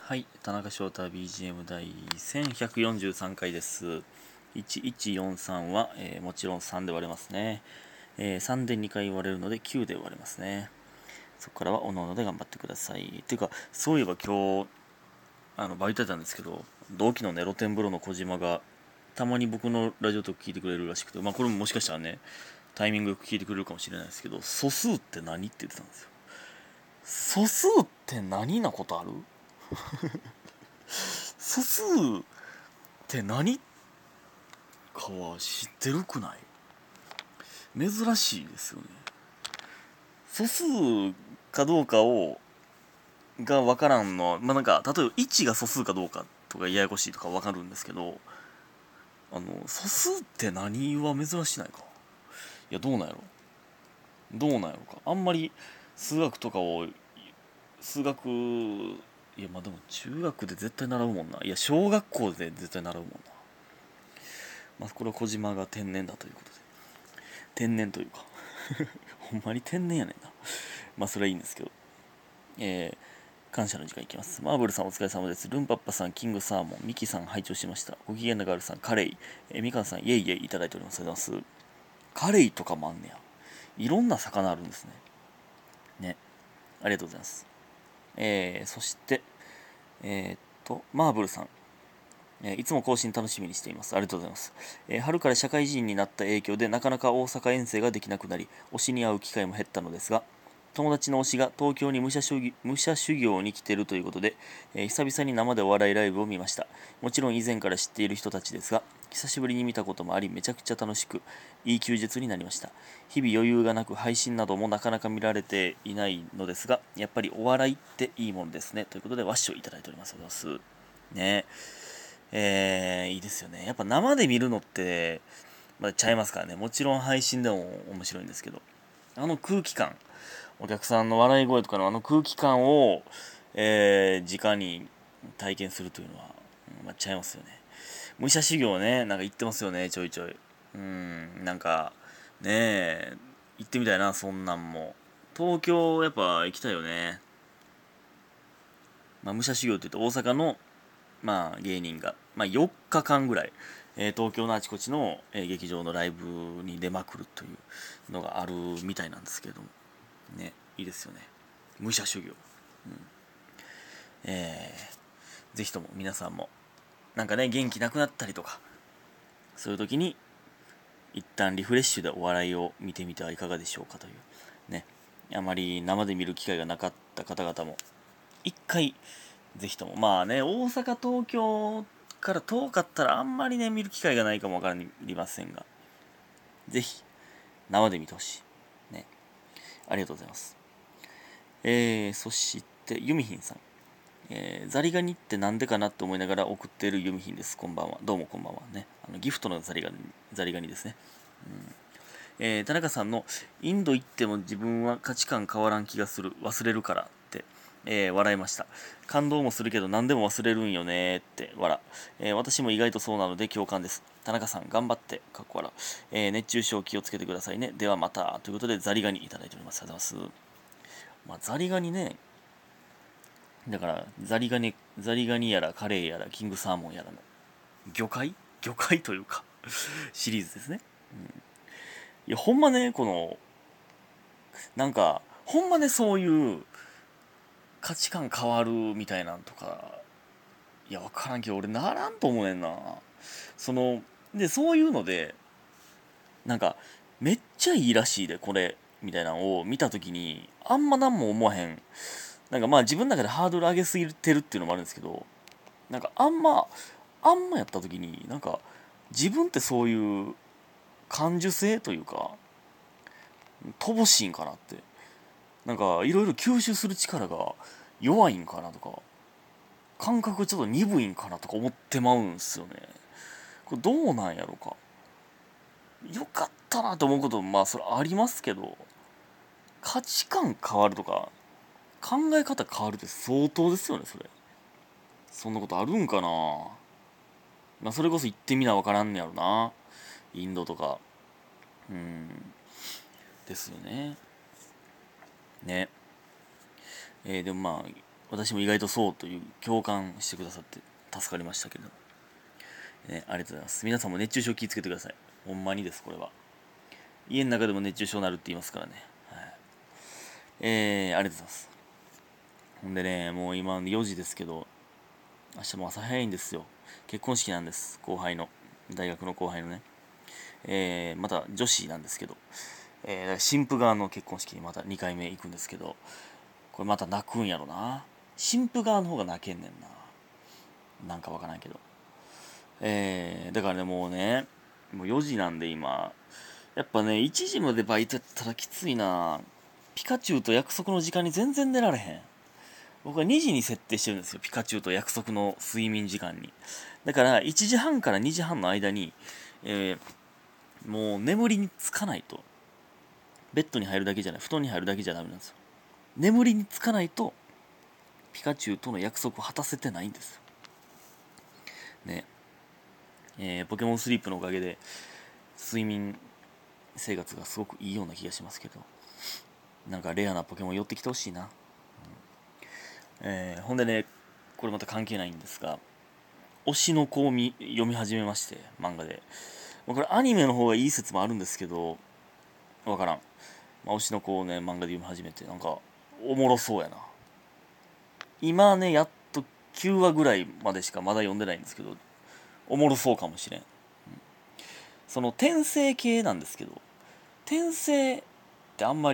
はい、田中翔太 BGM 第1143回です。1143は、もちろん3で割れますね。3で2回割れるので9で割れますね。そこからはおのおので頑張ってください。ていうか、そういえば今日、バイトやったんですけど、同期のね、露天風呂の小島が、たまに僕のラジオトーク聞いてくれるらしくて、これももしかしたらね、タイミングよく聞いてくれるかもしれないですけど、素数って何って言ってたんですよ。素数って何なことある？素数って何かは知ってるくない？珍しいですよね。素数かどうかが分からんのは、なんか例えば1が素数かどうかとかややこしいとか分かるんですけど、素数って何は珍しないか。いや、どうなんやろか。あんまり数学とかを数学いや、でも中学で絶対習うもんな。いや、小学校で絶対習うもんな。これは小島が天然だということで、天然というかほんまに天然やねんな。それはいいんですけど、感謝の時間いきます。マーブルさんお疲れ様です。ルンパッパさん、キングサーモン、ミキさん拝聴しました。ご機嫌なガールさん、カレイ、みかんさん、イエイイエイいただいております。ありがとうございます。カレイとかもあんねや。いろんな魚あるんですね。ね。ありがとうございます。そして、マーブルさん、いつも更新楽しみにしています。ありがとうございます。春から社会人になった影響でなかなか大阪遠征ができなくなり、推しに会う機会も減ったのですが、友達の推しが東京に武者修行に来ているということで、久々に生でお笑いライブを見ました。もちろん以前から知っている人たちですが、久しぶりに見たこともあり、めちゃくちゃ楽しく、いい休日になりました。日々余裕がなく配信などもなかなか見られていないのですが、やっぱりお笑いっていいものですね。ということで、ワッシュをいただいております。ありがとうございます。ね。いいですよね。やっぱ生で見るのって、ちゃいますからね。もちろん配信でも面白いんですけど、あの空気感、お客さんの笑い声とかのあの空気感を、直に体験するというのは、ちゃいますよね。武者修行ね、なんか言ってますよね、ちょいちょい。なんか、ねえ、行ってみたいな、そんなんも。東京、やっぱ行きたいよね。武者修行って言うと大阪の芸人が、4日間ぐらい、東京のあちこちの、劇場のライブに出まくるというのがあるみたいなんですけれどもね、いいですよね、武者修行。ぜひとも皆さんもなんかね、元気なくなったりとか、そういう時に一旦リフレッシュでお笑いを見てみてはいかがでしょうかというね。あまり生で見る機会がなかった方々も一回ぜひとも、大阪東京から遠かったらあんまりね見る機会がないかもわかりませんが、ぜひ生で見てほしいね。ありがとうございます。そしてユミヒンさん、ザリガニってなんでかなと思いながら送っているユミヒンです。こんばんは。どうもこんばんはね。ギフトのザリガニですね。田中さんのインド行っても自分は価値観変わらん気がする、忘れるからって、笑いました。感動もするけど何でも忘れるんよねって笑、私も意外とそうなので共感です。田中さん頑張ってかっこ笑、熱中症気をつけてくださいね。ではまたということでザリガニいただいております。ありがとうございます。ザリガニね、だからザリガニやらカレイやらキングサーモンやらの魚介というかシリーズですね。いやほんまね、なんかほんまね、そういう価値観変わるみたいなんとか、いや分からんけど俺ならんと思うねんな。そのそういうのでなんかめっちゃいいらしいでこれみたいなのを見た時にあんま何も思わへん。なんか自分の中でハードル上げすぎてるっていうのもあるんですけど、なんかあんまやった時になんか自分ってそういう感受性というか乏しいんかなって、なんかいろいろ吸収する力が弱いんかなとか、感覚ちょっと鈍いんかなとか思ってまうんすよね。これどうなんやろか。よかったなと思うこともそれありますけど、価値観変わるとか考え方変わるって相当ですよね。そんなことあるんかな。それこそ行ってみなわからんねやろな、インドとか。うんですよね。ね。でも私も意外とそうという共感してくださって助かりましたけれども、ありがとうございます。皆さんも熱中症気をつけてください。ほんまにです、これは。家の中でも熱中症になるって言いますからね。はい、ありがとうございます。ほんでね、もう今4時ですけど、明日も朝早いんですよ。結婚式なんです。後輩の。大学の後輩のね。また女子なんですけど、新婦側の結婚式にまた2回目行くんですけど、これまた泣くんやろな。新婦側の方が泣けんねんな。なんかわからんけど。だからね、もうね、もう4時なんで今、やっぱね、1時までバイトやったらきついな。ピカチュウと約束の時間に全然寝られへん。僕は2時に設定してるんですよ。ピカチュウと約束の睡眠時間に。だから1時半から2時半の間に、もう眠りにつかないと。ベッドに入るだけじゃない、布団に入るだけじゃダメなんですよ。眠りにつかないと、ピカチュウとの約束を果たせてないんですよ。ね。ポケモンスリープのおかげで、睡眠生活がすごくいいような気がしますけど、なんかレアなポケモン寄ってきてほしいな。ほんでね、これまた関係ないんですが、推しの子を読み始めまして、漫画で。これアニメの方がいい説もあるんですけど、わからん。推しの子をね、漫画で読み始めて、なんか、おもろそうやな。今ね、やっと9話ぐらいまでしかまだ読んでないんですけど、おもろそうかもしれん。その転生系なんですけど、転生ってあんま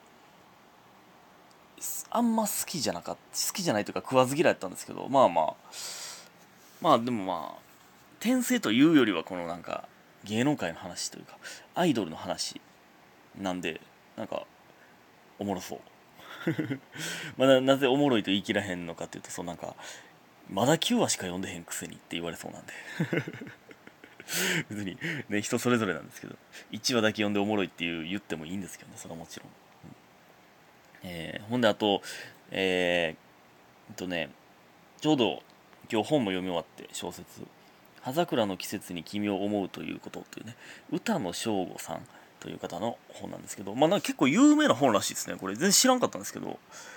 好きじゃなかった、好きじゃないというか食わず嫌いだったんですけど、でも転生というよりはこのなんか芸能界の話というかアイドルの話なんで、なんかおもろそう。なぜおもろいと言い切らへんのかっていうと、なんかまだ9話しか読んでへんくせにって言われそうなんで別にね、人それぞれなんですけど、1話だけ読んでおもろいって言ってもいいんですけどね、それはもちろん。ほんであと、えね、ちょうど今日本も読み終わって小説葉桜の季節に君を思うということというね、歌野翔吾さんという方の本なんですけど、なんか結構有名な本らしいですね。これ全然知らんかったんですけど、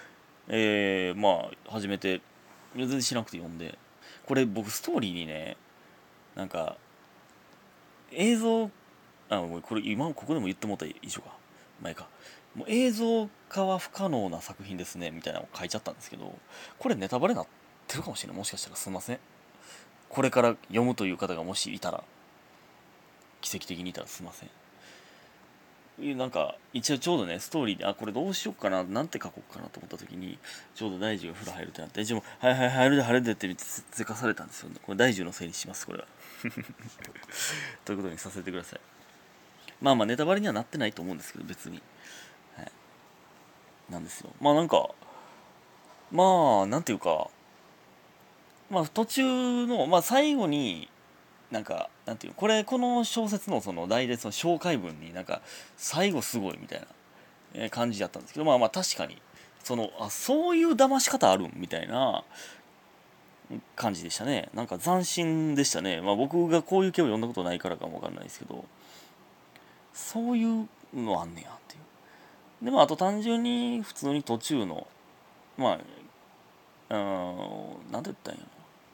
初めて全然知らなくて読んで、これ僕ストーリーにね、なんか映像、もうこれ今ここでも言ってもらったら一緒か、前か、もう映像化は不可能な作品ですねみたいなのを書いちゃったんですけど、これネタバレになってるかもしれない。もしかしたらすいません。これから読むという方がもしいたら、奇跡的にいたらすいません。なんか一応ちょうどね、ストーリーでこれどうしようかな、なんて書こうかなと思った時に、ちょうど大樹が風呂入るってなって、一応はいはい入るで入るでってせかされたんですよね。これ大樹のせいにします、これはということにさせてください。ネタバレにはなってないと思うんですけど、別に、はい、なんですよ。なんかなんていうか、途中の最後になんていうこの小説のその大でその紹介文に最後すごいみたいな感じだったんですけど、確かにそういう騙し方あるんみたいな感じでしたね。なんか斬新でしたね。僕がこういう系を読んだことないからかもわかんないですけど、そういうのあんねやっていう。であと単純に普通に途中のなんて言ったんやろ、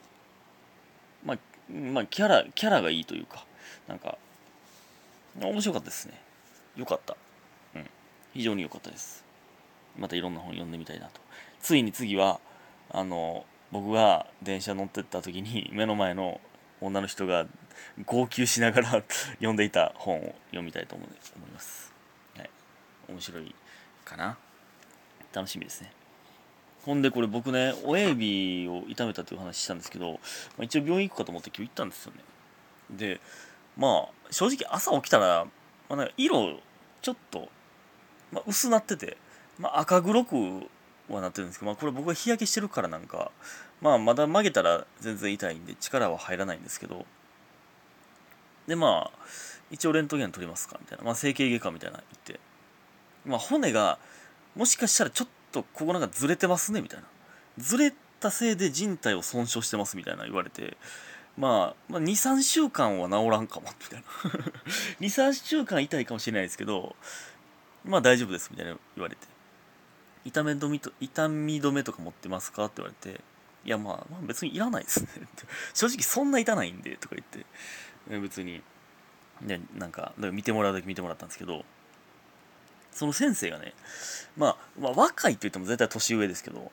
キャラがいいというか、なんか面白かったですね。よかった。うん。非常に良かったです。またいろんな本読んでみたいなと。ついに次は、僕が電車乗ってった時に目の前の女の人が号泣しながら読んでいた本を読みたいと思います。はい。面白いかな。楽しみですね。ほんでこれ僕ね、親指を痛めたという話したんですけど、一応病院行くかと思って今日行ったんですよね。で、正直朝起きたら、色ちょっと、薄なってて、赤黒くはなってるんですけど、これ僕が日焼けしてるからまだ曲げたら全然痛いんで力は入らないんですけど、で一応レントゲン取りますかみたいな、整形外科みたいな言って、骨がもしかしたらちょっとここずれてますねみたいな、ずれたせいで靭帯を損傷してますみたいな言われて、23週間は治らんかもみたいな23週間痛いかもしれないですけど大丈夫ですみたいな言われて、 痛み止めとか持ってますかって言われて、いやまあ別にいらないですねって正直そんな痛ないんでとか言って、別にね、なんか見てもらうだけ見てもらったんですけど、その先生がね、まあ若いって言っても絶対年上ですけど、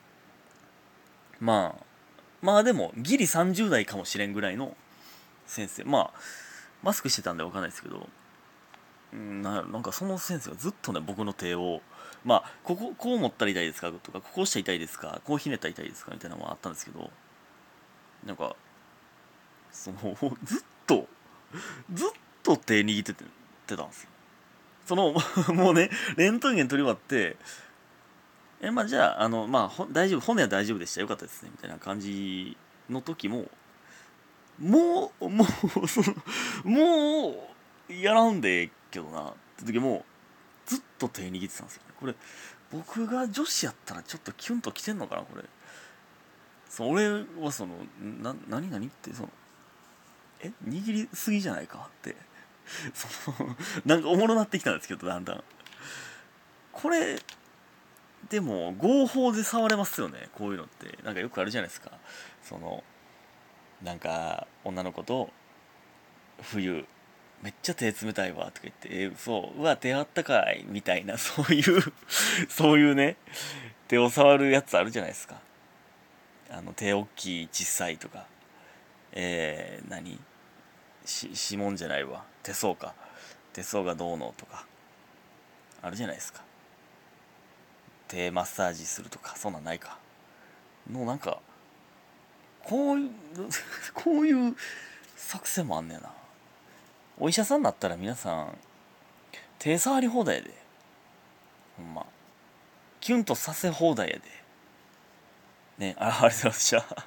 まあでもギリ30代かもしれんぐらいの先生、マスクしてたんでわかんないですけど、なんかその先生がずっとね僕の手を、こう持ったら痛いですかとか、こうしたら痛いですか、こうひねったら痛いですかみたいなのもあったんですけど、なんかそのずっと手握ってたんですよ。もうね、レントゲン取り終わって、じゃあ大丈夫、骨は大丈夫でした、よかったですねみたいな感じの時も、もうやらんでええけどなって時もずっと手握ってたんですよね。これ僕が女子やったらちょっとキュンときてんのかな、これ。俺は何って握りすぎじゃないかってなんかおもろなってきたんですけど、だんだんこれでも合法で触れますよね、こういうのって。なんかよくあるじゃないですか。なんか女の子と冬めっちゃ手冷たいわとか言って、うわ手あったかいみたいな、そういうそういうね、手を触るやつあるじゃないですか。手大きい小さいとか、何指紋じゃないわ、手相か、手相がどうのとかあるじゃないですか。手マッサージするとか、そんなんないかの、なんかこういうこういう作戦もあんねやな。お医者さんになったら皆さん手触り放題やで、ほんまキュンとさせ放題やでね。ありがとうございました。